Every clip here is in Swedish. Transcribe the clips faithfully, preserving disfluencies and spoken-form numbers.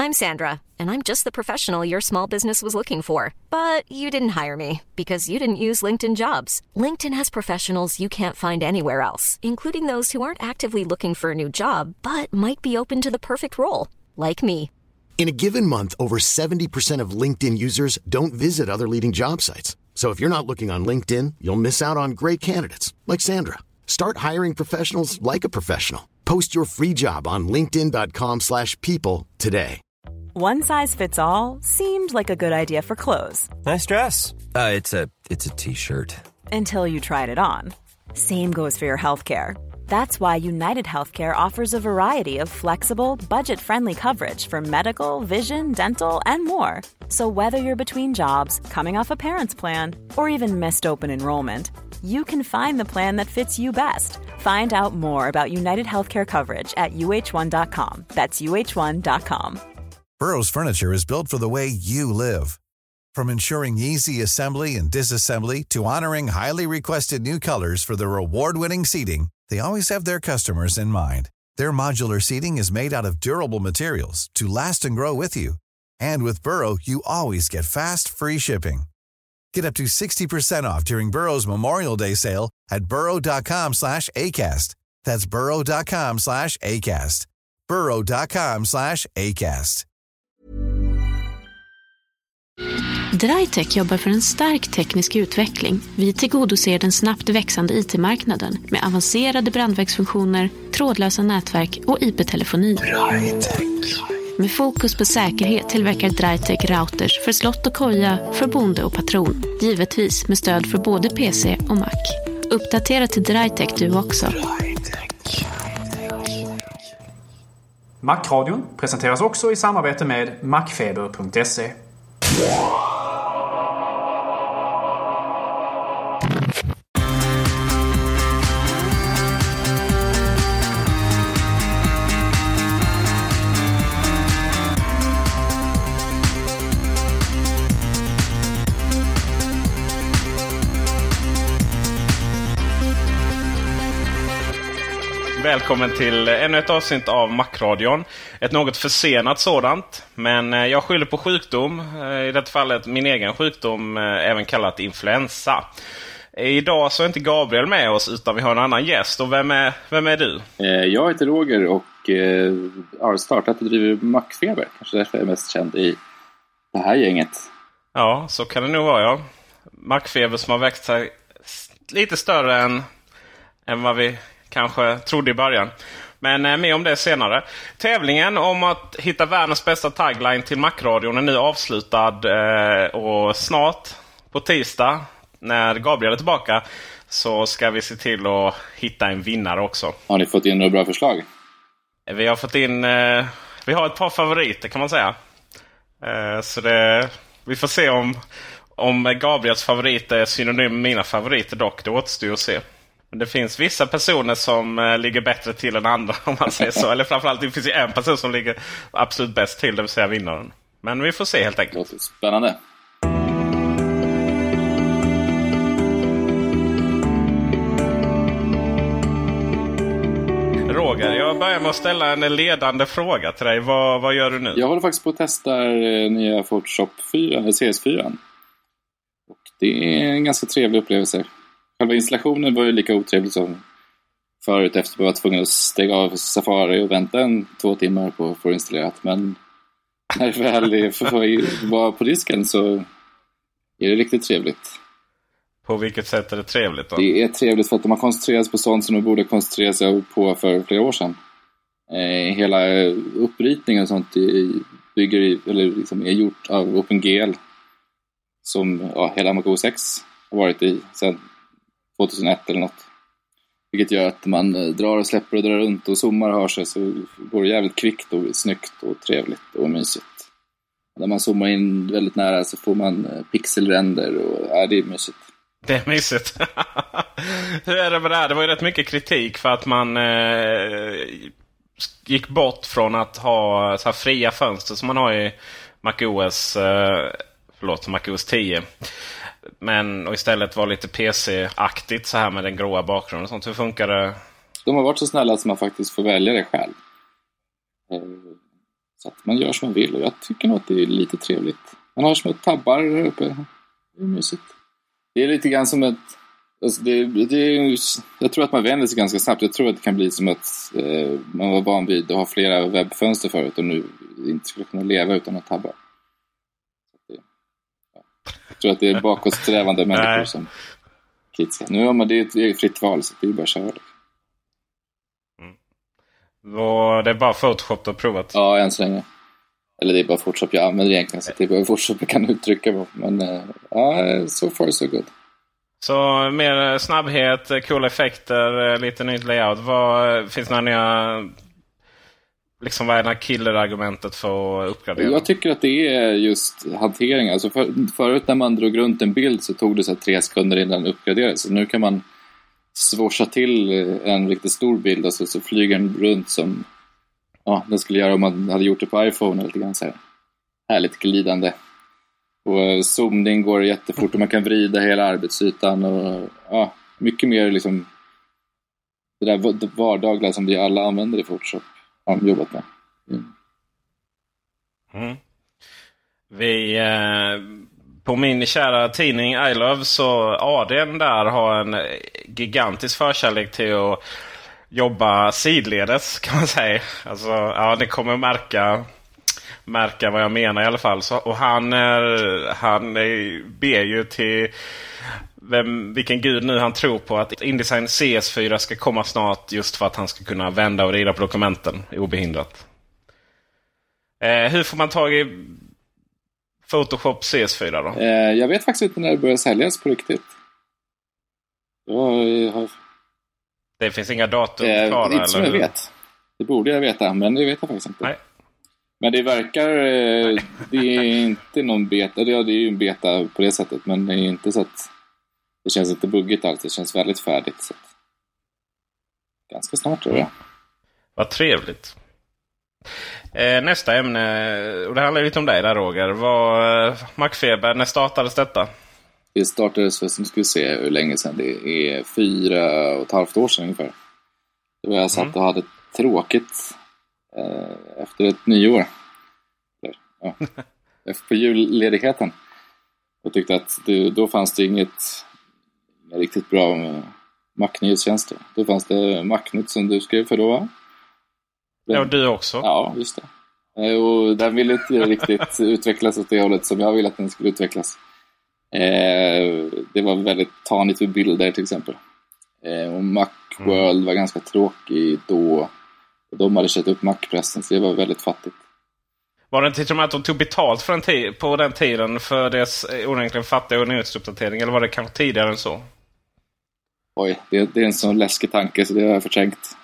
I'm Sandra, and I'm just the professional your small business was looking for. But you didn't hire me because you didn't use LinkedIn Jobs. LinkedIn has professionals you can't find anywhere else, including those who aren't actively looking for a new job, but might be open to the perfect role, like me. In a given month, over seventy percent of LinkedIn users don't visit other leading job sites. So if you're not looking on LinkedIn, you'll miss out on great candidates like Sandra. Start hiring professionals like a professional. Post your free job on linkedin dot com slash people today. One size fits all seemed like a good idea for clothes. Nice dress. Uh, it's a it's a t-shirt. Until you tried it on. Same goes for your healthcare. That's why United Healthcare offers a variety of flexible, budget-friendly coverage for medical, vision, dental, and more. So whether you're between jobs, coming off a parent's plan, or even missed open enrollment, you can find the plan that fits you best. Find out more about United Healthcare coverage at U H one dot com. That's U H one dot com. Burrow's furniture is built for the way you live. From ensuring easy assembly and disassembly to honoring highly requested new colors for their award-winning seating, they always have their customers in mind. Their modular seating is made out of durable materials to last and grow with you. And with Burrow, you always get fast, free shipping. Get up to sixty percent off during Burrow's Memorial Day sale at burrow dot com slash acast. That's burrow dot com slash acast. burrow dot com slash acast. Drytech jobbar för en stark teknisk utveckling. Vi tillgodoser den snabbt växande I T-marknaden med avancerade brandvägsfunktioner, trådlösa nätverk och I P-telefoni. Med fokus på säkerhet tillverkar Drytech routers för slott och koja, för bonde och patron. Givetvis med stöd för både P C och Mac. Uppdatera till Drytech du också. Macradion presenteras också i samarbete med macfeber punkt se. Välkommen till ännu ett avsnitt av Macradion. Ett något försenat sådant, men jag skyller på sjukdom. I detta fallet min egen sjukdom, även kallat influensa. Idag så är inte Gabriel med oss, utan vi har en annan gäst. Och vem är, vem är du? Jag heter Roger och har startat och driver Macfeber. Kanske därför jag är mest känd i det här gänget. Ja, så kan det nog vara, ja. Macfeber som har växt sig lite större än, än vad vi kanske trodde i början. Men eh, mer om det senare. Tävlingen om att hitta världens bästa tagline till Macradion är nu avslutad. Eh, och snart, på tisdag, när Gabriel är tillbaka, så ska vi se till att hitta en vinnare också. Har ni fått in några bra förslag? Vi har fått in... Eh, vi har ett par favoriter, kan man säga. Eh, så det, vi får se om, om Gabriels favoriter är synonym med mina favoriter dock. Det återstår att se. Det finns vissa personer som uh, ligger bättre till än andra, om man säger så. Eller framförallt det finns ju en person som ligger absolut bäst till, det vill säga vinnaren. Men vi får se helt enkelt. Det spännande. Roger, jag börjar med att ställa en ledande fråga till dig. Vad, vad gör du nu? Jag håller faktiskt på att testa nya Photoshop fyra, C S fyra. Och det är en ganska trevlig upplevelse. Själva installationen var ju lika otrevlig som förut, efter att jag var tvungen att stänga av Safari och vänta en två timmar på att få installerat. Men när det väl var på disken så är det riktigt trevligt. På vilket sätt är det trevligt då? Det är trevligt för att de har koncentrerat sig på sånt som de borde koncentrera sig på för flera år sedan. Eh, hela uppritningen och sånt bygger i, eller liksom är gjort av OpenGL, som ja, hela Mac O S X har varit i sedan tjugohundraett eller något. Vilket gör att man drar och släpper och drar runt och zoomar och har sig, så går det jävligt kvickt och snyggt och trevligt och mysigt. När man zoomar in väldigt nära så får man pixelrender och ja, det är mysigt. Det är mysigt. Hur är det med det här? Det var ju rätt mycket kritik för att man eh, gick bort från att ha så här fria fönster som man har i Mac O S, eh, förlåt, Mac O S tio. Men och istället var lite P C-aktigt så här med den gråa bakgrunden och sånt. Hur funkar det? De har varit så snälla att man faktiskt får välja det själv. Så att man gör som man vill och jag tycker nog att det är lite trevligt. Man har små tabbar här uppe. Det är mysigt. Det är lite grann som ett... Alltså det, det är, jag tror att man vänder sig ganska snabbt. Jag tror att det kan bli som att eh, man var van vid att ha flera webbfönster förut och nu inte skulle kunna leva utan att tabba. Det, ja. Jag tror att det är bakåtsträvande människor som kritiska. Nu har man det är ett fritt val så det är bara att köra. Mm. Var det bara Photoshop du har provat? Ja, än så länge. Eller det är bara Photoshop jag använder egentligen så det är bara Photoshop jag kan uttrycka på. Men eh, ja, so far so good. Så mer snabbhet, coola effekter, lite nytt layout. Vad, finns det några nya... Liksom vad är det här killer-argumentet för att uppgradera? Jag tycker att det är just hantering. Alltså för, förut när man drog runt en bild så tog det så här tre sekunder innan den uppgraderades. Så nu kan man svorsa till en riktigt stor bild och så, så flyger den runt som ja, den skulle göra om man hade gjort det på iPhone eller lite grann så här. Härligt glidande. Och zoomning går jättefort och man kan vrida hela arbetsytan och ja, mycket mer liksom det där vardagliga som vi alla använder i Photoshop har de jobbat med. Mm. Mm. Vi eh, på min kära tidning I Love så Adrian där har en gigantisk förkärlek till att jobba sidledes kan man säga. Alltså ja, det kommer märka märka vad jag menar i alla fall. Så, och han, är, han är, ber ju till vem, vilken gud nu han tror på att InDesign C S fyra ska komma snart just för att han ska kunna vända och rida på dokumenten obehindrat. Eh, hur får man tag i Photoshop C S fyra då? Eh, jag vet faktiskt inte när det börjar säljas på riktigt. Jag har... Det finns inga datum eh, klara? Inte som eller? jag vet. Det borde jag veta, men det vet jag faktiskt inte. Nej. Men det verkar, det är inte någon beta, det är ju en beta på det sättet, men det är inte så att det känns inte buggigt alls, det känns väldigt färdigt. Så att, ganska snart tror jag. Vad trevligt. Eh, nästa ämne, och det handlar lite om dig där Roger, var MacFeber, när startades detta? Det startades för, som ska vi se hur länge sedan, det är fyra och ett halvt år sedan ungefär. Det var jag satt mm. och hade tråkigt efter ett nyår ja. Efter på julledigheten och tyckte att det, då fanns det inget riktigt bra Mac-nyhetstjänster. Då fanns det Mac-nytt som du skrev för då va? Den, ja, du också. Ja, just det. Och den ville inte riktigt utvecklas åt det hållet som jag ville att den skulle utvecklas. Det var väldigt tanigt för bilder till exempel. Och Macworld mm. var ganska tråkig då. De hade köpt upp Mac-pressen så det var väldigt fattigt. Var det inte till och med att de tog betalt för en t- på den tiden för dess onekligen fattiga och nyhetsuppdatering? Eller var det kanske tidigare än så? Oj, det, det är en sån läskig tanke så det har jag förträngt.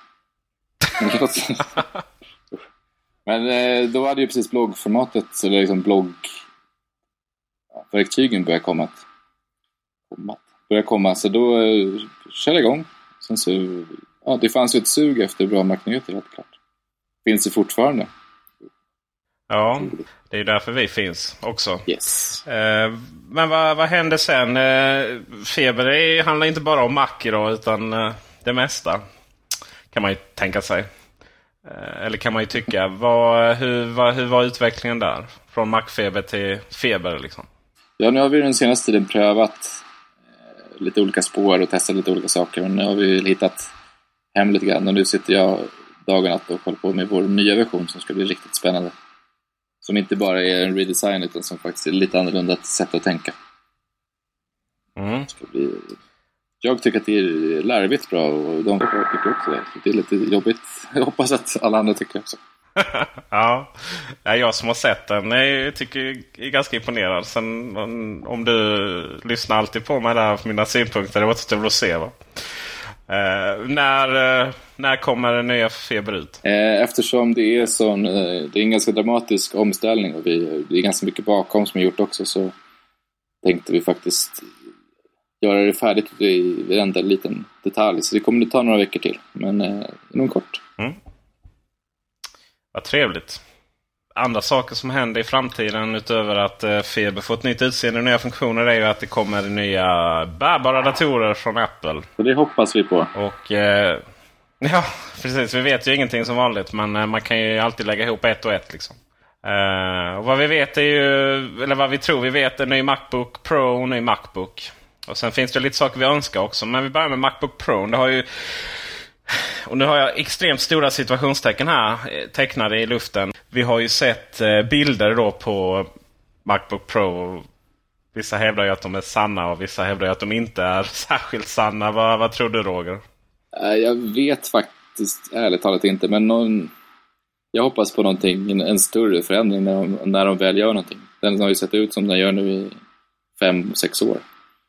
Men eh, då hade ju precis bloggformatet eller liksom blogg ja, verktygen började komma. komma. Började komma så då eh, körde jag igång. Sen så ja, det fanns ju ett sug efter bra Mac-nyheter helt klart. Finns det fortfarande. Ja, det är ju därför vi finns också. Yes. Eh, men vad, vad hände sen? Eh, Feber det handlar inte bara om Mac då, utan eh, det mesta. Kan man ju tänka sig. Eh, eller kan man ju tycka. Vad, hur, vad, hur var utvecklingen där? Från Mac-feber till Feber liksom. Ja, nu har vi den senaste tiden prövat eh, lite olika spår och testat lite olika saker. Men nu har vi hittat hem lite grann och nu sitter jag dagen att och kollar på med vår nya version som ska bli riktigt spännande. Som inte bara är en redesign utan som faktiskt är lite annorlunda sätt att tänka. Mm. Ska bli... Jag tycker att det är larvigt bra och de tycker också det. Det är lite jobbigt. Jag hoppas att alla andra tycker också. Ja, jag som har sett den jag tycker jag är ganska imponerad. Sen om du lyssnar alltid på mig där för mina synpunkter, det var inte att se va? Eh, när, eh, när kommer den nya Feber ut? Eh, eftersom det är sån, eh, det är en ganska dramatisk omställning och vi, det är ganska mycket bakom som är gjort också så tänkte vi faktiskt göra det färdigt i varenda liten detalj. Så det kommer att ta några veckor till, men eh, inom kort. Mm. Vad trevligt. Andra saker som händer i framtiden utöver att eh, Feber får ett nytt utseende och nya funktioner är ju att det kommer nya bärbara datorer från Apple. Så det hoppas vi på. Och eh, ja, precis. Vi vet ju ingenting som vanligt, men eh, man kan ju alltid lägga ihop ett och ett liksom. Uh, och vad vi vet är ju, eller vad vi tror vi vet, är en ny Macbook Pro och en ny Macbook. Och sen finns det lite saker vi önskar också. Men vi börjar med Macbook Pro. Det har ju, och nu har jag extremt stora situationstecken här tecknade i luften. Vi har ju sett uh, bilder då på Macbook Pro. Vissa hävdar ju att de är sanna och vissa hävdar ju att de inte är särskilt sanna. Vad, vad tror du, Roger? Jag vet faktiskt ärligt talat inte, men någon... jag hoppas på någonting, en större förändring när de, när de väl gör någonting. Den har ju sett ut som den gör nu i fem, sex år.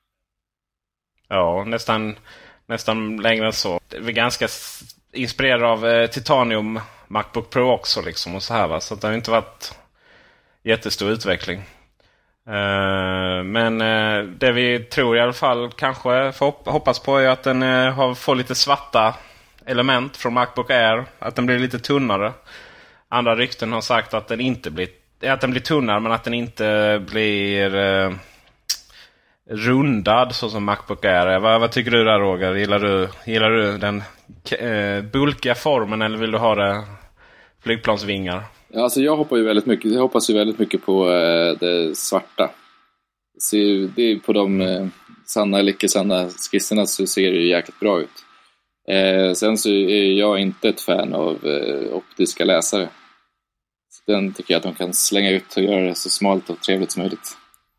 Ja, nästan, nästan längre än så. Vi är ganska inspirerade av eh, Titanium Macbook Pro också liksom och så här, va? Så det har inte varit jättestor utveckling. Uh, men uh, det vi tror i alla fall kanske får hopp- hoppas på är att den uh, har, får lite svarta element från Macbook Air. Att den blir lite tunnare. Andra rykten har sagt att den inte blir, att den blir tunnare, men att den inte blir uh, rundad så som Macbook Air är. Vad, vad tycker du där, Roger? Gillar du, gillar du den uh, bulkiga formen, eller vill du ha det flygplansvingar? Ja, alltså jag hoppas ju väldigt mycket, jag hoppas ju väldigt mycket på uh, det svarta. Så det är på de uh, sanna eller icke sanna skisserna så ser det ju jäkligt bra ut. Eh, sen så är jag inte ett fan av eh, optiska läsare. Så den tycker jag att de kan slänga ut och göra det så smalt och trevligt som möjligt.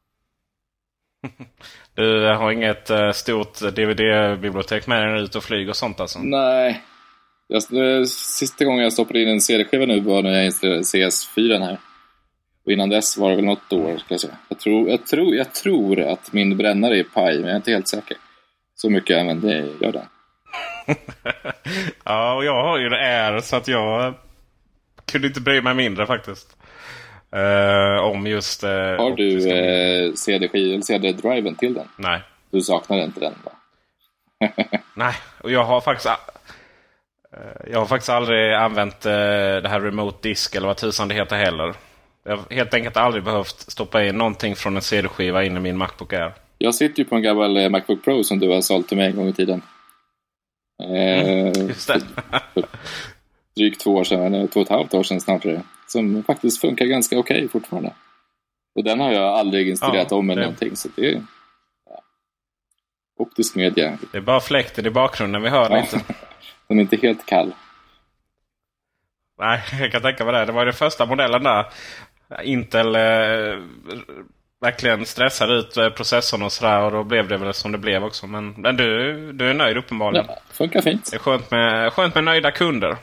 Du har inget eh, stort D V D-bibliotek med dig ut och flyg och sånt alltså? Nej. Jag, sista gången jag stoppade in en C D-skiva nu var när jag installerade C S fyra här. Och innan dess var det väl något år, ska jag säga. Jag tror, jag tror, jag tror att min brännare är paj, men jag är inte helt säker. Så mycket jag använder gör det. Ja, och jag har ju det är så att jag kunde inte bry mig mindre faktiskt. Uh, om just... Uh, har du uh, C D-skiva eller C D-driven till den? Nej. Du saknar inte den, va? Nej, och jag har faktiskt... Uh, jag har faktiskt aldrig använt uh, det här remote disk eller vad tusan det heter heller. Jag har helt enkelt aldrig behövt stoppa in någonting från en C D-skiva in i min Macbook Air. Jag sitter ju på en gammal Macbook Pro som du har sålt till mig en gång i tiden. Mm, just det. För drygt två år sedan, eller två och ett halvt år sedan snarare. Som faktiskt funkar ganska okej okay fortfarande. Och den har jag aldrig installerat ja, om eller det... någonting. Så det är ja, optisk media. Det är bara fläkten i bakgrunden vi hör ja, lite. Den är inte helt kall. Nej, jag kan tänka mig det. Det var den första modellen där. Intel eh, verkligen stressade ut processorn och sådär. Och då blev det väl som det blev också. Men, men du, du är nöjd uppenbarligen. Ja, funkar fint. Det är skönt med, skönt med nöjda kunder.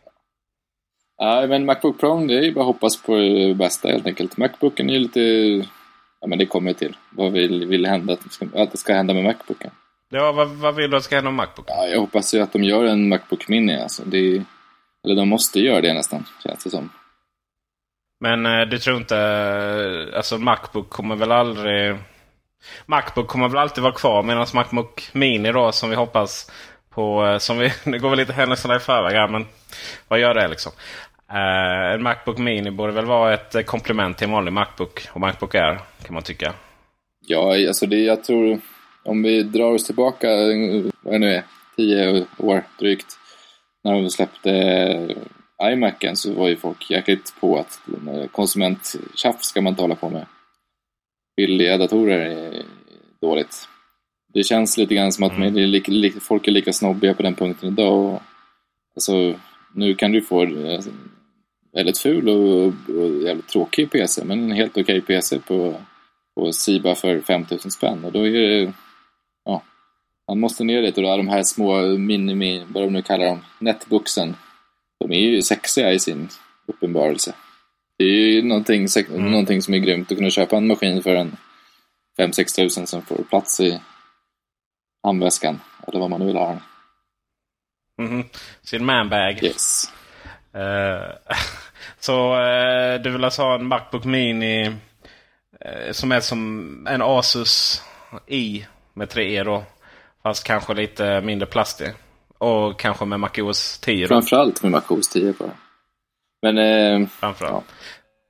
Ja, men Macbook Pro, det är ju bara hoppas på det bästa helt enkelt. Macbooken är ju lite... Ja, men det kommer till. Vad vill, vill hända att det, ska, att det ska hända med Macbooken? Ja, vad, vad vill du att det ska hända med Macbooken? Ja, jag hoppas ju att de gör en Macbook Mini. Alltså. Det är, eller de måste göra det nästan, känns det som. Men eh, du tror inte... Alltså Macbook kommer väl aldrig... Macbook kommer väl alltid vara kvar, medan Macbook Mini då, som vi hoppas på... Som vi, det går väl lite händelserna i förväg här, men vad gör det liksom? Uh, en Macbook Mini borde väl vara ett komplement till en vanlig Macbook och Macbook Air, kan man tycka. Ja, alltså det jag tror... Om vi drar oss tillbaka, vad det nu är, tio år drygt, när de släppte iMacen, så var ju folk jäkligt på att konsumenttjaff ska man inte hålla på med. Billiga datorer är dåligt. Det känns lite grann som att mm. är lika, lika, folk är lika snobbiga på den punkten idag. Och, alltså, nu kan du få alltså, väldigt ful och, och jävligt tråkig P C, men en helt okej P C på, på Siba för fem tusen spänn. Och då är det, ja, man måste ner dit. Och då är de här små mini, vad de nu kallar dem, netbooksen, de är ju sexiga i sin uppenbarelse. Det är ju någonting, mm. någonting som är grymt att kunna köpa en maskin för en fem sex tusen som får plats i handväskan, eller vad man nu vill ha. Mm-hmm. Sin manbag. Yes. Uh, så uh, du vill alltså ha en Macbook Mini uh, som är som en Asus i med tre E då, fast kanske lite mindre plastig. Och kanske med macOS tio då. Framförallt med macOS tio bara. Men uh, Framförallt. Ja.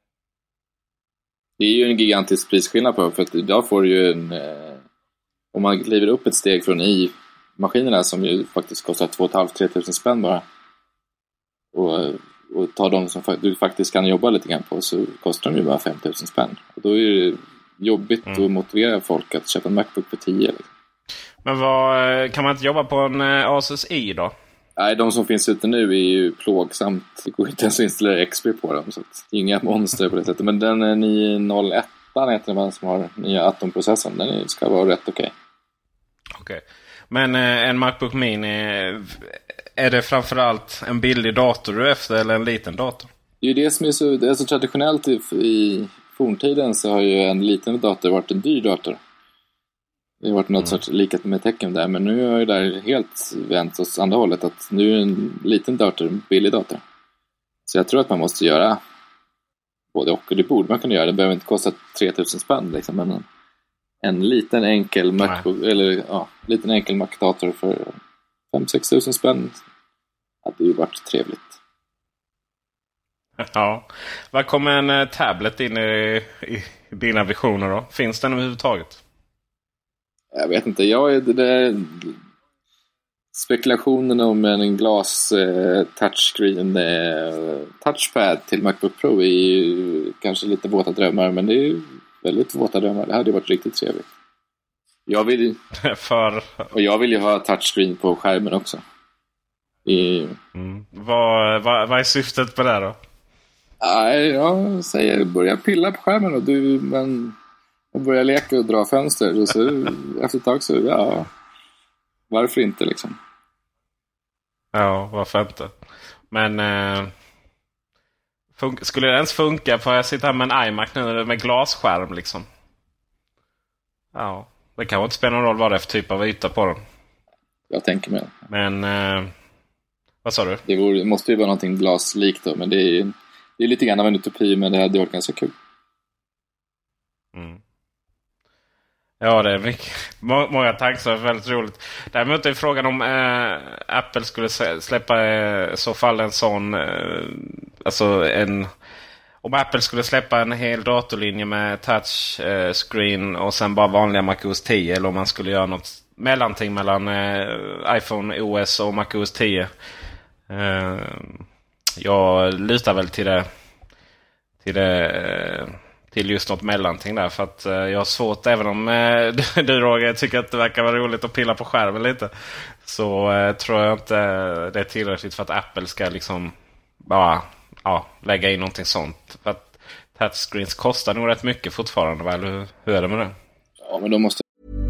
Det är ju en gigantisk prisskillnad på, för att idag får du ju en uh, om man kliver upp ett steg från i-maskinerna som ju faktiskt kostar två och ett halvt till tre tusen spänn bara. Och och tar de som du faktiskt kan jobba lite grann på, så kostar de ju bara fem tusen spänn. Och då är det jobbigt mm. att motivera folk att köpa en MacBook för tio. Liksom. Men vad, kan man inte jobba på en Asus i då? Nej, de som finns ute nu är ju plågsamt. Det går inte ens att installera X P på dem. Så det är inga monster på det sättet. Men den nio noll ett heter den som har nya Atom-processorn. Den ska vara rätt okej. Okay. Okej. Okay. Men en MacBook Mini, är det framförallt en billig dator du är efter eller en liten dator? Det är ju det som är så, det är så traditionellt i, i forntiden, så har ju en liten dator varit en dyr dator. Det har varit något mm. sorts likat med tecken där, men nu är det helt vänt åt andra hållet, att nu är en liten dator en billig dator. Så jag tror att man måste göra både och, och det borde man kunna göra. Det behöver inte kosta tre tusen spänn liksom, men en, en liten enkel MacBook, eller ja, liten enkel Mac-dator för fem till sex tusen spänn hade ju varit trevligt. Ja. Vad kommer en tablet in i, i dina visioner då? Finns den överhuvudtaget? Jag vet inte. Jag är det där spekulationen om en glas eh, touchscreen eh, touchpad till MacBook Pro är ju kanske lite våta drömmar, men det är ju väldigt våta drömmar. Det hade varit riktigt trevligt. Jag vill för och jag vill ju ha touchscreen på skärmen också. I... Mm. Vad, vad, vad är syftet på det då? Nej, jag säger börja pilla på skärmen och du men och börja leka och dra fönster och så efter ett tag så ja, varför inte liksom? Ja, varför inte? Men eh, fun- skulle det ens funka? För jag sitter här med en iMac nu med glasskärm liksom. Ja, det kan inte spela någon roll vad det är för typ av yta på den. Jag tänker mig. Men eh, vad sa du? Det, vore, det måste ju vara någonting glaslikt då, men det är, det är lite grann av en utopi, men det hade varit ganska kul. Mm. Ja, det är mycket, må, många tankar som är väldigt roligt. Däremot är frågan om eh, Apple skulle släppa eh, så fall en sån eh, alltså en om Apple skulle släppa en hel datorlinje med touchscreen eh, och sen bara vanliga MacOS tio, eller om man skulle göra något mellanting mellan eh, iPhone O S och MacOS tio. Eh, jag lutar väl till det till det eh, till just något mellanting där, för att eh, jag har svårt, även om eh, du Roger tycker att det verkar vara roligt att pilla på skärmen lite, så eh, tror jag inte det är tillräckligt för att Apple ska liksom bara ja, lägga in någonting sånt. För att touchscreens kostar nog rätt mycket fortfarande, väl? Hur, hur är det med det? Ja, men då måste...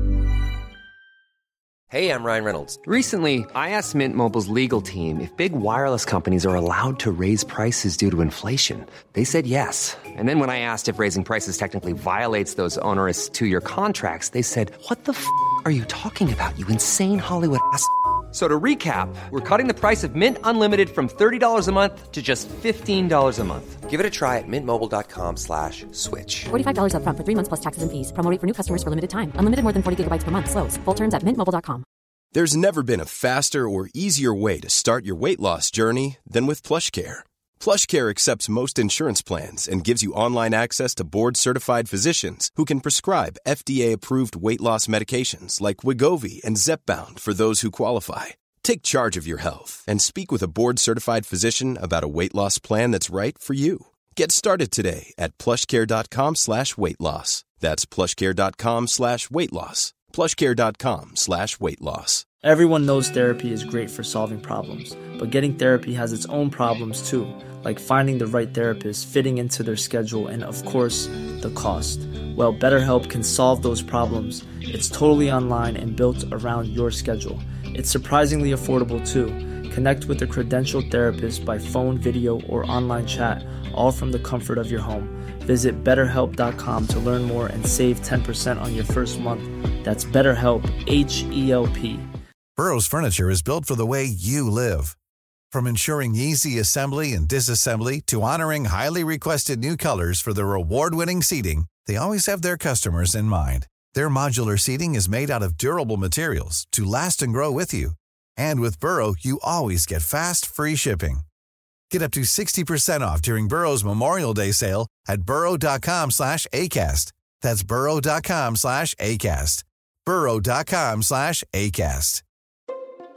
Hey, I'm Ryan Reynolds. Recently, I asked Mint Mobile's legal team if big wireless companies are allowed to raise prices due to inflation. They said yes. And then when I asked if raising prices technically violates those onerous two-year contracts, they said, what the f*** are you talking about, you insane Hollywood ass? So to recap, we're cutting the price of Mint Unlimited from thirty dollars a month to just fifteen dollars a month. Give it a try at mintmobile.com slash switch. forty-five dollars up front for three months plus taxes and fees. Promo rate for new customers for limited time. Unlimited more than forty gigabytes per month. Slows full terms at mint mobile dot com. There's never been a faster or easier way to start your weight loss journey than with PlushCare. PlushCare accepts most insurance plans and gives you online access to board-certified physicians who can prescribe F D A-approved weight loss medications like Wegovy and Zepbound for those who qualify. Take charge of your health and speak with a board-certified physician about a weight loss plan that's right for you. Get started today at plushcare.com slash weight loss. That's plushcare.com slash weight loss. plushcare.com slash weight loss. Everyone knows therapy is great for solving problems, but getting therapy has its own problems too, like finding the right therapist, fitting into their schedule, and of course, the cost. Well, BetterHelp can solve those problems. It's totally online and built around your schedule. It's surprisingly affordable too. Connect with a credentialed therapist by phone, video, or online chat, all from the comfort of your home. Visit better help dot com to learn more and save ten percent on your first month. That's BetterHelp, H E L P. Burrow's furniture is built for the way you live. From ensuring easy assembly and disassembly to honoring highly requested new colors for their award-winning seating, they always have their customers in mind. Their modular seating is made out of durable materials to last and grow with you. And with Burrow, you always get fast, free shipping. Get up to sixty percent off during Burrow's Memorial Day sale at burrow.com slash ACAST. That's burrow.com slash ACAST. burrow.com slash ACAST.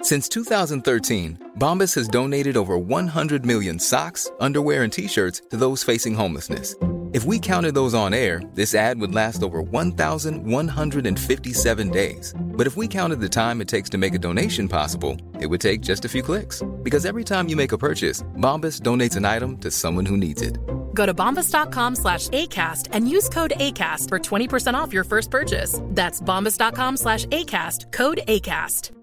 Since two thousand thirteen, Bombas has donated over one hundred million socks, underwear, and T-shirts to those facing homelessness. If we counted those on air, this ad would last over one thousand one hundred fifty-seven days. But if we counted the time it takes to make a donation possible, it would take just a few clicks. Because every time you make a purchase, Bombas donates an item to someone who needs it. Go to bombas.com slash ACAST and use code ACAST for twenty percent off your first purchase. That's bombas.com slash ACAST, code ACAST.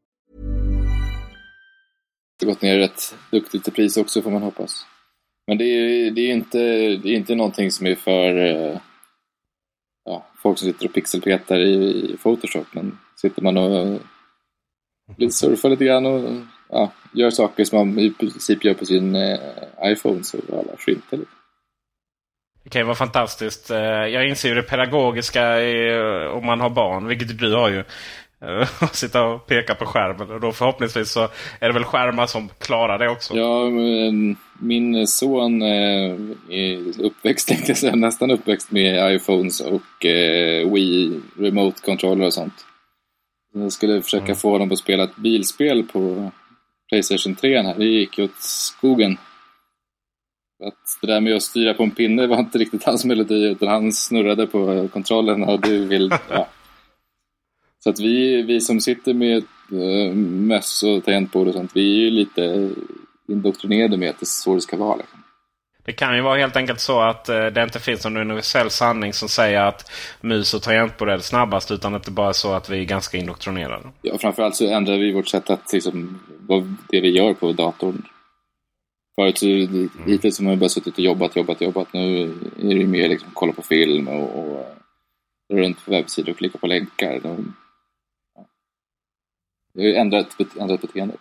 Det har gått ner rätt duktigt till pris också, får man hoppas. Men det är, det är inte det är inte någonting som är för ja, folk som sitter och pixelpetar i, i Photoshop. Men sitter man och lite surfar lite grann och ja, gör saker som man i princip gör på sin eh, iPhone, så alla skymtar lite. Det kan ju vara fantastiskt. Jag inser ju det pedagogiska i, om man har barn, vilket du har ju. Att sitta och peka på skärmen. Och då förhoppningsvis så är det väl skärmar som klarar det också. Ja, min son är uppväxt, tänkte jag säga, nästan uppväxt med iPhones och eh, Wii remote controller och sånt. Jag skulle försöka mm. få dem att spela ett bilspel på PlayStation tre här. Det gick ju åt skogen. Att det där med att styra på en pinne var inte riktigt hans melodi, utan han snurrade på kontrollen och du vill... Ja. Så att vi, vi som sitter med äh, möss och tangentbord och sånt, vi är ju lite indoktrinerade med att det är så det ska vara. Liksom. Det kan ju vara helt enkelt så att äh, det inte finns någon universell sanning som säger att mus och tangentbord är det snabbast, utan att det bara är så att vi är ganska indoktrinerade. Ja, framförallt så ändrar vi vårt sätt att liksom, vad det vi gör på datorn. Förut så mm. hittills som har vi bara suttit och jobbat, jobbat, jobbat. Nu är det ju mer liksom kolla på film och, och runt på webbsidor och klicka på länkar. De, Det har ju ändrat, ändrat beteendet.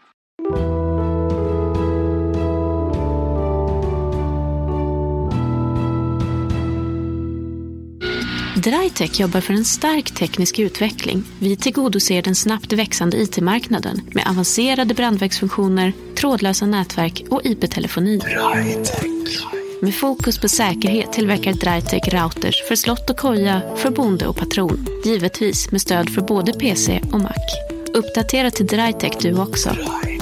Drytech jobbar för en stark teknisk utveckling. Vi tillgodoser den snabbt växande I T-marknaden med avancerade brandvägsfunktioner, trådlösa nätverk och I P-telefoni. Med fokus på säkerhet tillverkar Drytech routers för slott och koja, för bonde och patron. Givetvis med stöd för både P C och Mac. Uppdatera till Drytech du också.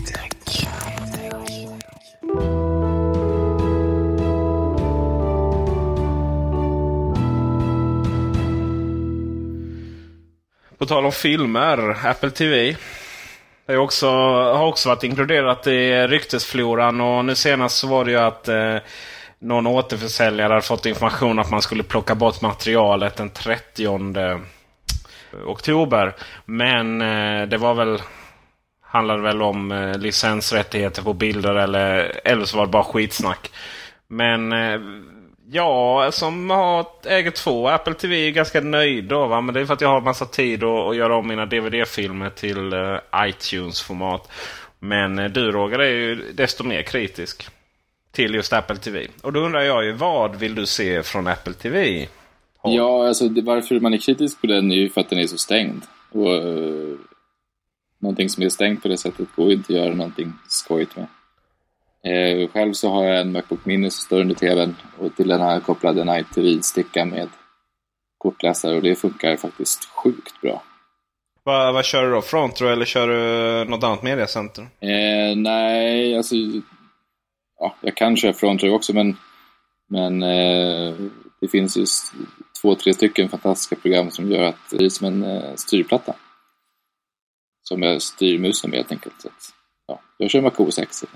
På tal om filmer, Apple T V det är också, har också varit inkluderat i ryktesfloran, och nu senast så var det ju att eh, någon återförsäljare hade fått information att man skulle plocka bort materialet den trettionde oktober. Men eh, det var väl handlade väl om eh, licensrättigheter på bilder, eller, eller så var det bara skitsnack. Men eh, ja, som har äger två Apple T V är ganska nöjd då, va? Men det är för att jag har massa tid att, att göra om mina D V D-filmer till eh, iTunes-format. Men eh, du, Roger, är ju desto mer kritisk till just Apple T V. Och då undrar jag ju, vad vill du se från Apple T V? Har... Ja, alltså det, varför man är kritisk på den är ju för att den är så stängd. Och uh, någonting som är stängt på det sättet går inte att göra någonting skojigt med. Eh, själv så har jag en MacBook Mini som står under tvn, och till den har jag kopplad en I T V-sticka med kortläsare, och det funkar faktiskt sjukt bra. Vad, vad kör du då? Frontro eller kör du något annat mediacenter? Eh, nej, alltså ja, jag kan köra Frontro också, men, men eh, det finns ju två, tre stycken fantastiska program som gör att det är som en eh, styrplatta som jag styr musen med helt enkelt. Så att, ja, jag kör Mac O S X.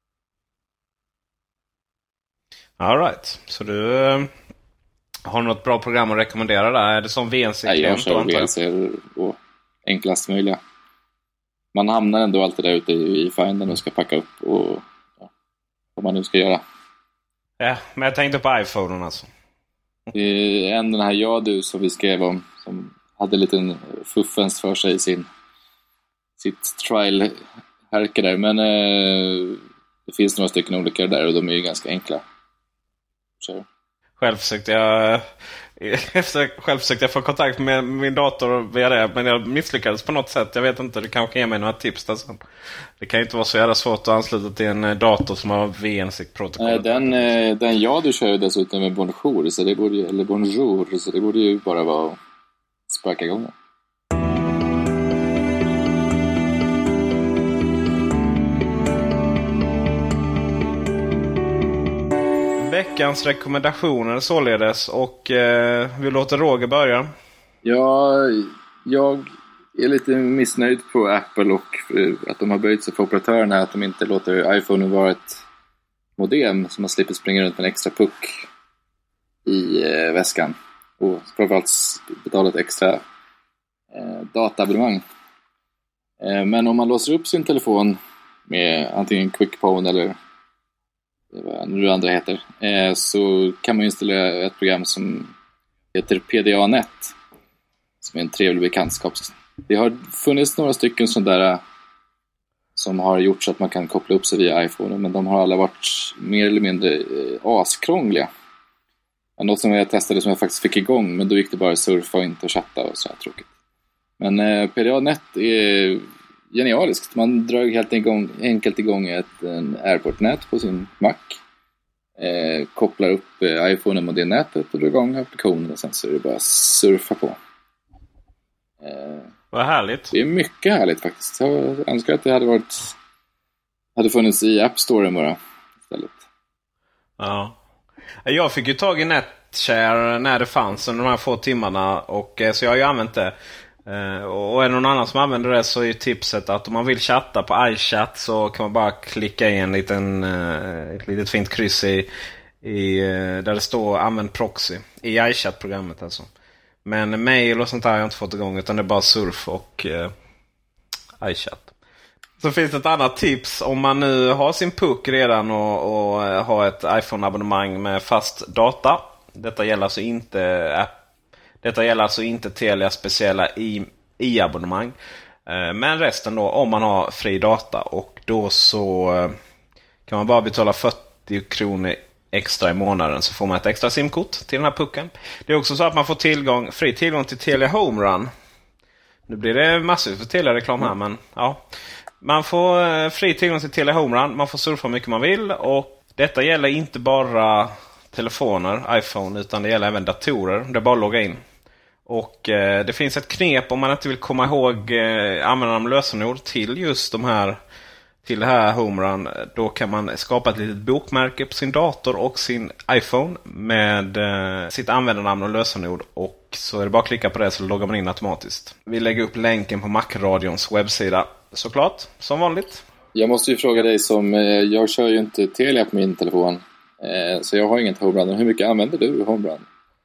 All right. Så du äh, har något bra program att rekommendera där? Är det som V N C? Nej, jag kör V N C och enklast möjliga. Man hamnar ändå alltid där ute i, i Finden och ska packa upp och ja, vad man nu ska göra. Ja, men jag tänkte på iPhone alltså. Det är en den här jag du som vi skrev om, som hade en liten fuffens för sig i sin sitt trial-härke där. Men eh, det finns några stycken olika där, och de är ju ganska enkla. Så. Själv försökte jag efter, själv försökte jag få kontakt med min dator via det, men jag misslyckades på något sätt. Jag vet inte, det kanske ger mig några tips där sen. Det kan ju inte vara så jävla svårt att ansluta till en dator som har V N C-protokoll. Nej, den, den jag du kör dessutom med Bonjour, så det borde, eller Bonjour, så det borde ju bara vara att sparka igång. veckans rekommendationer således. Och eh, vi låter Roger börja. Ja, jag är lite missnöjd på Apple och att de har böjt sig för operatörerna. Att de inte låter iPhone vara ett modem som man slipper springa runt med en extra puck i eh, väskan. Och framförallt betala ett extra eh, dataabonnemang. Eh, men om man låser upp sin telefon med antingen QuickPhone eller vad nu det andra heter, eh, så kan man installera ett program som heter P D A-net, som är en trevlig bekantskap. Det har funnits några stycken sådana där som har gjort så att man kan koppla upp sig via iPhone, men de har alla varit mer eller mindre eh, askrångliga. Något som jag testade som jag faktiskt fick igång, men då gick det bara att surfa och inte chatta och så här tråkigt. Men eh, P D A-net är genialiskt. Man drar helt igång, enkelt igång ett en Airport-nät på sin Mac. Eh, kopplar upp eh, iPhone mot det nätet och drar igång applikationen och sen så är det bara surfa på. Eh, Vad härligt. Det är mycket härligt faktiskt. Jag önskar att det hade varit hade funnits i App Store bara istället. Ja. Jag fick ju tag i NetShare när det fanns under de här få timmarna och så jag har ju använt det. Och är det någon annan som använder det så är tipset att om man vill chatta på iChat så kan man bara klicka i en liten, ett litet fint kryss i, i, där det står använd proxy i iChat-programmet alltså. Men mail och sånt där har jag inte fått igång utan det är bara surf och eh, iChat. Så finns det ett annat tips om man nu har sin puck redan och, och har ett iPhone-abonnemang med fast data. Detta gäller alltså inte app. Detta gäller alltså inte Telia speciella i, i-abonnemang. Men resten då om man har fri data och då så kan man bara betala fyrtio kronor extra i månaden så får man ett extra simkort till den här pucken. Det är också så att man får tillgång, fri tillgång till Telia Home Run. Nu blir det massor för Telia-reklam här men ja. Man får fri tillgång till Telia Home Run, man får surfa mycket man vill och detta gäller inte bara telefoner, iPhone, utan det gäller även datorer. Det är bara att logga in. Och eh, det finns ett knep om man inte vill komma ihåg eh, användarnamn och lösenord till just de här till det här Home Run. Då kan man skapa ett litet bokmärke på sin dator och sin iPhone med eh, sitt användarnamn och lösenord och så är det bara att klicka på det så loggar man in automatiskt. Vi lägger upp länken på Mac-radions webbsida såklart, som vanligt. Jag måste ju fråga dig som, eh, jag kör ju inte Telia på min telefon. Eh, så jag har inget Home Run. Hur mycket använder du Home Run?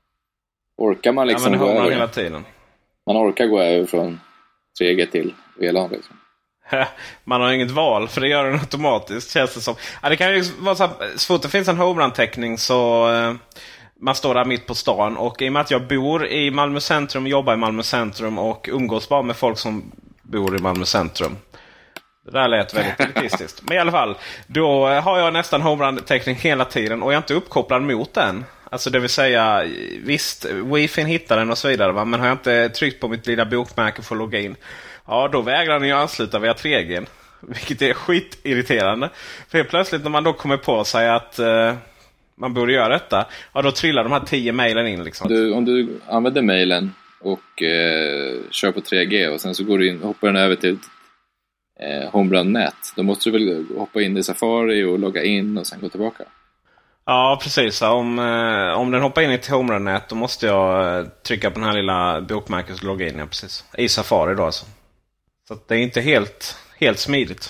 Orkar man liksom ja, gå över? Hela tiden. Man orkar gå över från tre G till V L A liksom. Man har inget val för det gör den automatiskt känns det som. Ja, det kan ju vara så att så fort det finns en Home Run-täckning så eh, man står där mitt på stan och i och med att jag bor i Malmö centrum, jobbar i Malmö centrum och umgås bara med folk som bor i Malmö centrum. Det där lät väldigt elitistiskt. Men i alla fall, då har jag nästan Home Run-täckning hela tiden och jag är inte uppkopplad mot den. Alltså det vill säga, visst, Wi-Fi hittar den och så vidare va? Men har jag inte tryckt på mitt lilla bokmärke för att logga in, ja då vägrar den ju ansluta via tre G. Vilket är skitirriterande. För helt plötsligt när man då kommer på sig att uh, man borde göra detta, ja då trillar de här tio mejlen in liksom. Du, om du använder mejlen och uh, kör på tre G och sen så går du in, hoppar den över till eh, Home Run-nät, då måste du väl hoppa in i Safari och logga in och sen gå tillbaka. Ja, precis. Om, eh, om den hoppar in i ett Home Run-nät då måste jag eh, trycka på den här lilla bokmärket och logga in, ja, precis. I Safari då alltså. Så att det är inte helt, helt smidigt.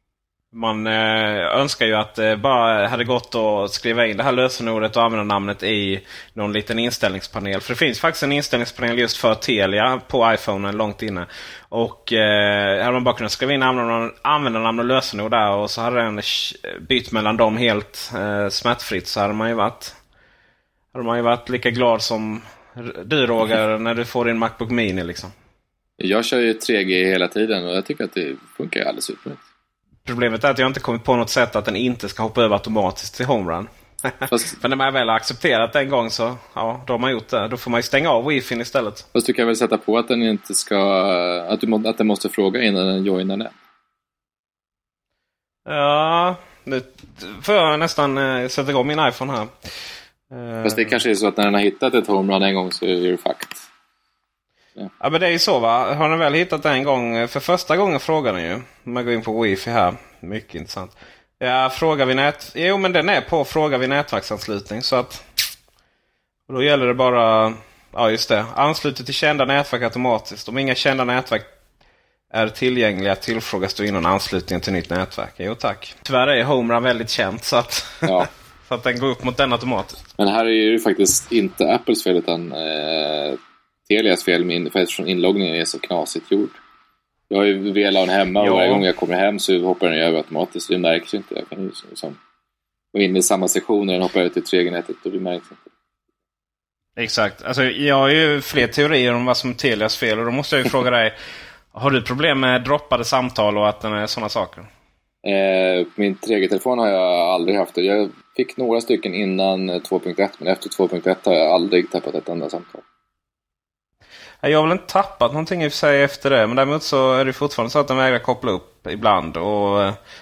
Man eh, önskar ju att det eh, bara hade gått att skriva in det här lösenordet och använda namnet i någon liten inställningspanel. För det finns faktiskt en inställningspanel just för Telia på iPhonen långt inne. Och eh, hade man bara kunnat skriva in användarnamn och lösenord där och så hade den bytt mellan dem helt eh, smärtfritt, så hade man ju varit hade man ju varit lika glad som du, Roger, när du får din MacBook Mini liksom. Jag kör ju tre G hela tiden och jag tycker att det funkar alldeles utmärkt. Problemet är att jag inte kommit på något sätt att den inte ska hoppa över automatiskt till Home Run. Fast, för när man väl har accepterat en gång så ja, då har man gjort det. Då får man ju stänga av Wi-Fi istället. Fast du kan väl sätta på att den inte ska att, du, att den måste fråga innan den joinar nät. Ja, nu får jag nästan äh, sätta igång min iPhone här. Fast det kanske är så att när den har hittat ett Home Run en gång så är det fakt. Ja. ja, men det är ju så va. Har den väl hittat det en gång, för första gången frågar den ju. Om jag går in på Wi-Fi här. Mycket intressant. Ja, frågar vi nät... Jo, men den är på fråga vid nätverksanslutning. Så att... Och då gäller det bara... Ja, just det. Ansluter till kända nätverk automatiskt. Om inga kända nätverk är tillgängliga tillfrågas du innan anslutningen till nytt nätverk. Jo, tack. Tyvärr är Homerun väldigt känt så att, ja. så att den går upp mot den automatiskt. Men här är ju faktiskt inte Apples fel utan eh, Telias fel med in, för eftersom inloggningen är så knasigt gjord. Jag har ju V L A N hemma och ja. varje gång jag kommer hem så hoppar den över automatiskt. Det märks ju inte. Jag kan ju liksom gå in i samma sektion och den hoppar ut till tre G-nätet och det märks inte. Exakt. Alltså, jag har ju fler teorier om vad som är Telias fel och då måste jag ju fråga dig, har du problem med droppade samtal och att den är sådana saker? Eh, min tre G-telefon har jag aldrig haft. Jag fick några stycken innan två punkt ett men efter två punkt ett har jag aldrig tappat ett enda samtal. Jag har väl inte tappat någonting i och för sig efter det. Men däremot så är det fortfarande så att den vägrar koppla upp ibland. Och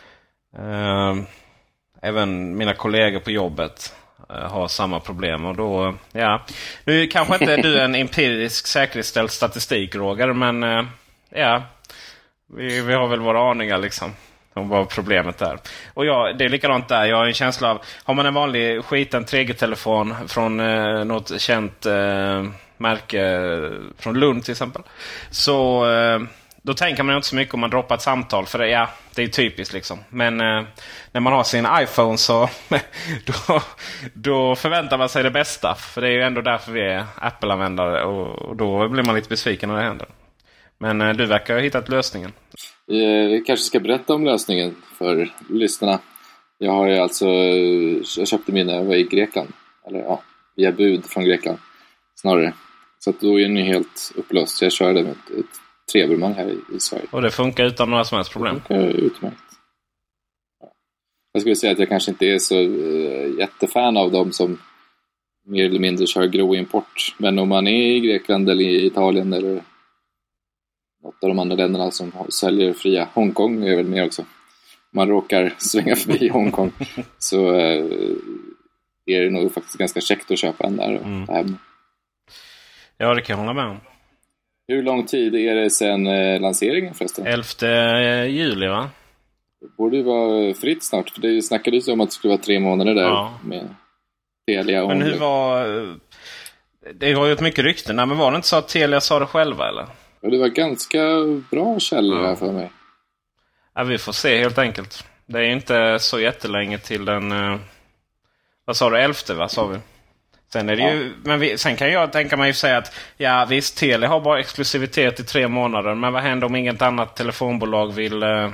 eh, även mina kollegor på jobbet eh, har samma problem. Och då, ja. Nu kanske inte du är en empirisk säkerhetsställd statistik, Roger. Men eh, ja, vi, vi har väl våra aningar liksom. Om vad problemet är. Och ja, det är likadant där. Jag har en känsla av, har man en vanlig skiten tre G-telefon från eh, något känt... Eh, märke från Lund till exempel, så eh, då tänker man inte så mycket om man droppar ett samtal, för det, ja, det är typiskt liksom. Men eh, när man har sin iPhone så då, då förväntar man sig det bästa, för det är ju ändå därför vi är Apple-användare, och, och då blir man lite besviken när det händer. Men eh, du verkar ha hittat lösningen. Vi kanske ska berätta om lösningen för lyssnarna. Jag har ju alltså jag köpte mina jag var i Grekland, eller ja, via bud från Grekland snarare. Så att då är den ju helt upplöst. Så jag körde med ett, ett treabonnemang här i, i Sverige. Och det funkar utan några som helst problem? Det funkar utmärkt. Ja. Jag skulle säga att jag kanske inte är så uh, jättefan av dem som mer eller mindre kör grå import. Men om man är i Grekland eller i Italien eller något av de andra länderna som säljer fria, Hongkong är väl med också. Man råkar svänga förbi Hongkong så uh, är det nog faktiskt ganska käckt att köpa en där. Mm. Där. Ja, det kan jag hålla med om. Hur lång tid är det sedan eh, lanseringen förresten? elfte juli, va? Det borde ju vara fritt snart. För det snackades om att det skulle vara tre månader där ja. med Telia. Men hur var... Det har ju ett mycket rykten. Men var det inte så att Telia sa det själva, eller? Ja, det var ganska bra källor ja. här för mig. Ja, vi får se helt enkelt. Det är inte så jättelänge till den... Eh... Vad sa du? elfte, va? Sa vi? Sen, är det ju, ja. men vi, sen kan jag tänka mig säga att ja, visst, Telia har bara exklusivitet i tre månader. Men vad händer om inget annat telefonbolag vill, eh,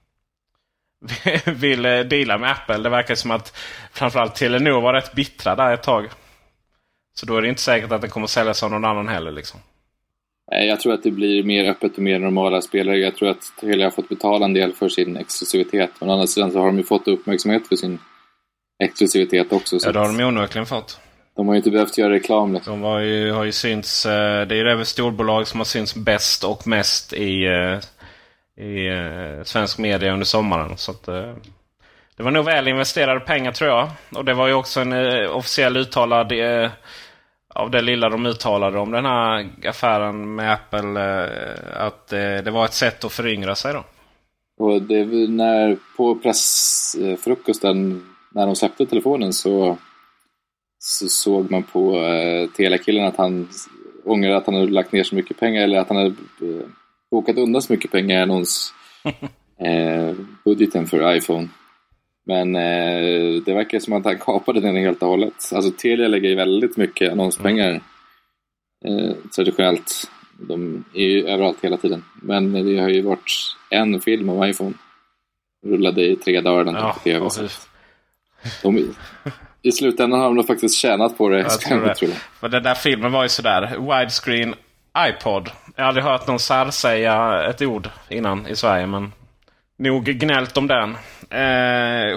vill eh, deala med Apple? Det verkar som att framförallt Telenor var rätt bittra där ett tag. Så då är det inte säkert att det kommer att säljas av någon annan heller. Liksom. Jag tror att det blir mer öppet och mer normala spelare. Jag tror att Telia har fått betala en del för sin exklusivitet. Men å andra sidan så har de ju fått uppmärksamhet för sin exklusivitet också. Ja, det har de ju onekligen fått. De har ju inte behövt göra reklam. Liksom. De har ju, har ju synts, det är ju det storbolag som har synts bäst och mest i, i svensk media under sommaren. Så att, det var nog väl investerade pengar, tror jag. Och det var ju också en officiell uttalad av det lilla de uttalade om den här affären med Apple, att det var ett sätt att föryngra sig då. Och det, när på pressfrukosten när de släppte telefonen så så såg man på eh, Telia-killen att han ångrade att han hade lagt ner så mycket pengar, eller att han hade eh, åkat undan så mycket pengar i annons eh, budgeten för iPhone. Men eh, det verkar som att han kapade den helt och hållet. Alltså Telia lägger ju väldigt mycket annonspengar eh, traditionellt. De är ju överallt hela tiden. Men det har ju varit en film om iPhone. Rullade i tre dagar den ja, på T V. De, I slutändan har de faktiskt tjänat på det. Jag tror det. Tror jag. För den där filmen var ju sådär. Widescreen iPod. Jag har aldrig hört någon sär säga ett ord innan i Sverige. Men nog gnällt om den. Eh,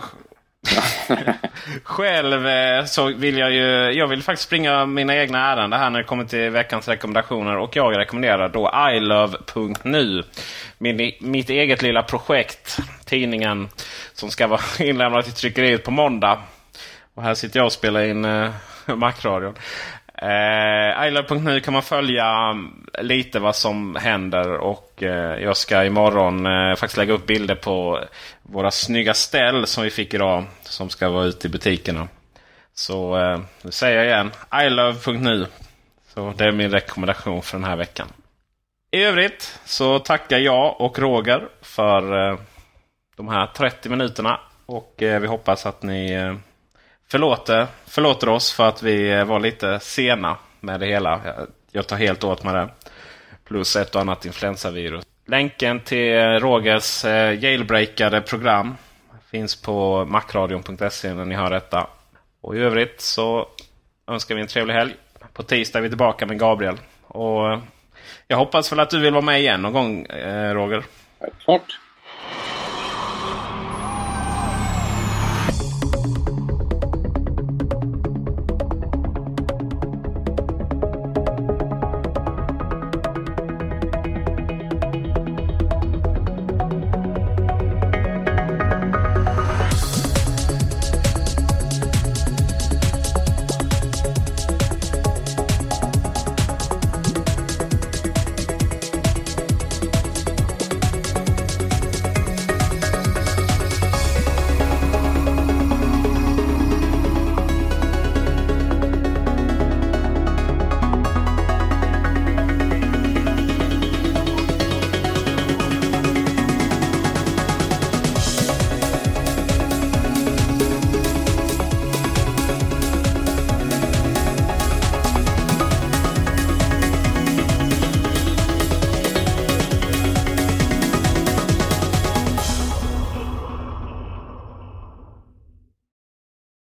själv så vill jag ju... Jag vill faktiskt springa mina egna ärenden här när det kommer till veckans rekommendationer. Och jag rekommenderar då i love punkt nu. Min, mitt eget lilla projekt. Tidningen som ska vara inlämnad till tryckeriet på måndag. Och här sitter jag och spelar in uh, Mac-radion. Uh, i love punkt nu kan man följa lite vad som händer. Och eh, jag ska imorgon eh, faktiskt lägga upp bilder på våra snygga ställ som vi fick idag. Som ska vara ute i butikerna. Så eh, nu säger jag igen. i love punkt nu. Så det är min rekommendation för den här veckan. I övrigt så tackar jag och Roger för eh, de här trettio minuterna. Och eh, vi hoppas att ni eh, förlåter, förlåter oss för att vi eh, var lite sena med det hela. Jag, jag tar helt åt med det. Plus ett och annat influensavirus. Länken till Rogers eh, jailbreakade program finns på macradion punkt se när ni hör detta. Och i övrigt så önskar vi en trevlig helg. På tisdag är vi tillbaka med Gabriel. Och jag hoppas väl att du vill vara med igen någon gång, eh, Roger. Klart.